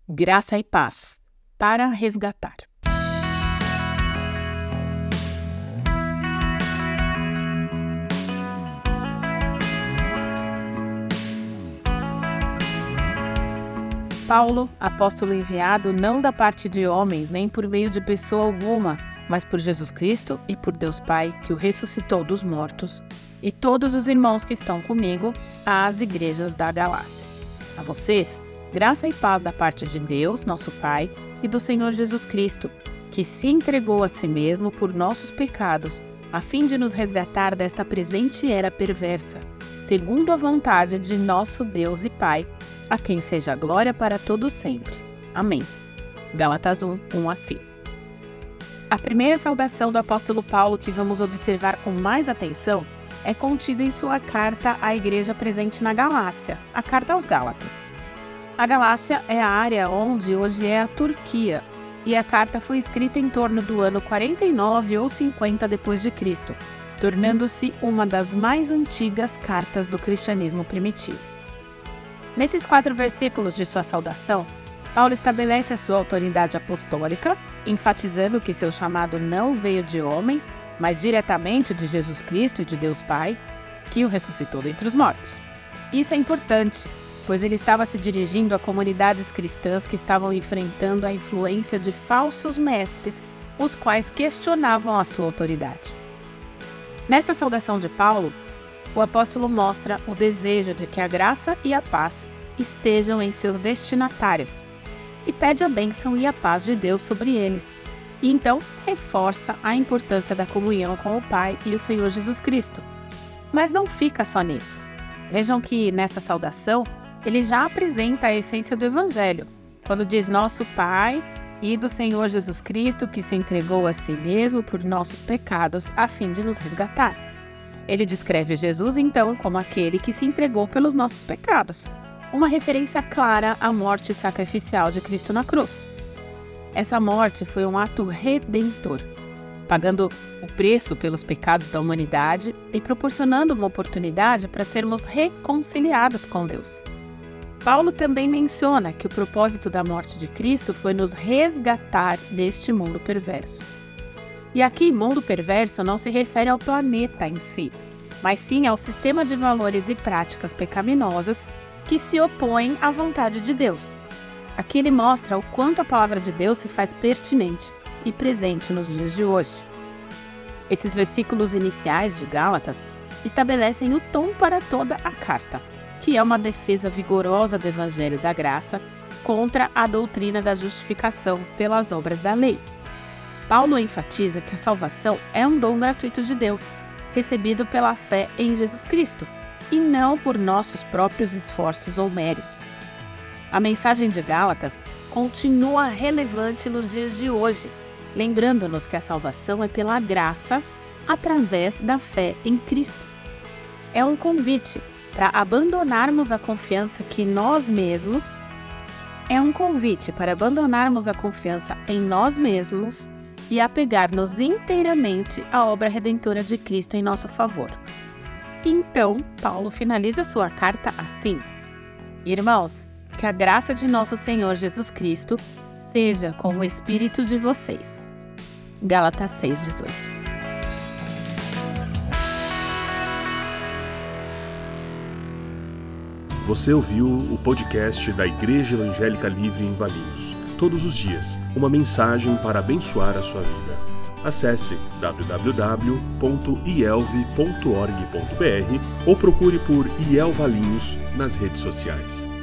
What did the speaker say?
Graça e paz para resgatar. Paulo, apóstolo enviado não da parte de homens, nem por meio de pessoa alguma, mas por Jesus Cristo e por Deus Pai, que o ressuscitou dos mortos, e todos os irmãos que estão comigo, às igrejas da Galácia. A vocês, graça e paz da parte de Deus, nosso Pai, e do Senhor Jesus Cristo, que se entregou a si mesmo por nossos pecados, a fim de nos resgatar desta presente era perversa, segundo a vontade de nosso Deus e Pai, a quem seja a glória para todos sempre. Amém. Gálatas 1:1-5. A primeira saudação do apóstolo Paulo que vamos observar com mais atenção é contida em sua carta à igreja presente na Galácia, a carta aos Gálatas. A Galácia é a área onde hoje é a Turquia, e a carta foi escrita em torno do ano 49 ou 50 d.C., tornando-se uma das mais antigas cartas do cristianismo primitivo. Nesses 4 versículos de sua saudação, Paulo estabelece a sua autoridade apostólica, enfatizando que seu chamado não veio de homens, mas diretamente de Jesus Cristo e de Deus Pai, que o ressuscitou dentre os mortos. Isso é importante, pois ele estava se dirigindo a comunidades cristãs que estavam enfrentando a influência de falsos mestres, os quais questionavam a sua autoridade. Nesta saudação de Paulo, o apóstolo mostra o desejo de que a graça e a paz estejam em seus destinatários e pede a bênção e a paz de Deus sobre eles. E então reforça a importância da comunhão com o Pai e o Senhor Jesus Cristo. Mas não fica só nisso. Vejam que nessa saudação ele já apresenta a essência do Evangelho, quando diz nosso Pai e do Senhor Jesus Cristo que se entregou a si mesmo por nossos pecados a fim de nos resgatar. Ele descreve Jesus, então, como aquele que se entregou pelos nossos pecados, uma referência clara à morte sacrificial de Cristo na cruz. Essa morte foi um ato redentor, pagando o preço pelos pecados da humanidade e proporcionando uma oportunidade para sermos reconciliados com Deus. Paulo também menciona que o propósito da morte de Cristo foi nos resgatar deste mundo perverso. E aqui, mundo perverso não se refere ao planeta em si, mas sim ao sistema de valores e práticas pecaminosas que se opõem à vontade de Deus. Aqui ele mostra o quanto a palavra de Deus se faz pertinente e presente nos dias de hoje. Esses versículos iniciais de Gálatas estabelecem o tom para toda a carta, que é uma defesa vigorosa do Evangelho da Graça contra a doutrina da justificação pelas obras da lei. Paulo enfatiza que a salvação é um dom gratuito de Deus, recebido pela fé em Jesus Cristo, e não por nossos próprios esforços ou méritos. A mensagem de Gálatas continua relevante nos dias de hoje, lembrando-nos que a salvação é pela graça, através da fé em Cristo. É um convite para abandonarmos a confiança em nós mesmos e apegar-nos inteiramente à obra redentora de Cristo em nosso favor. Então, Paulo finaliza sua carta assim: Irmãos, que a graça de nosso Senhor Jesus Cristo seja com o espírito de vocês. Gálatas 6:18. Você ouviu o podcast da Igreja Evangélica Livre em Valinhos. Todos os dias, uma mensagem para abençoar a sua vida. Acesse www.ielve.org.br ou procure por IEL Valinhos nas redes sociais.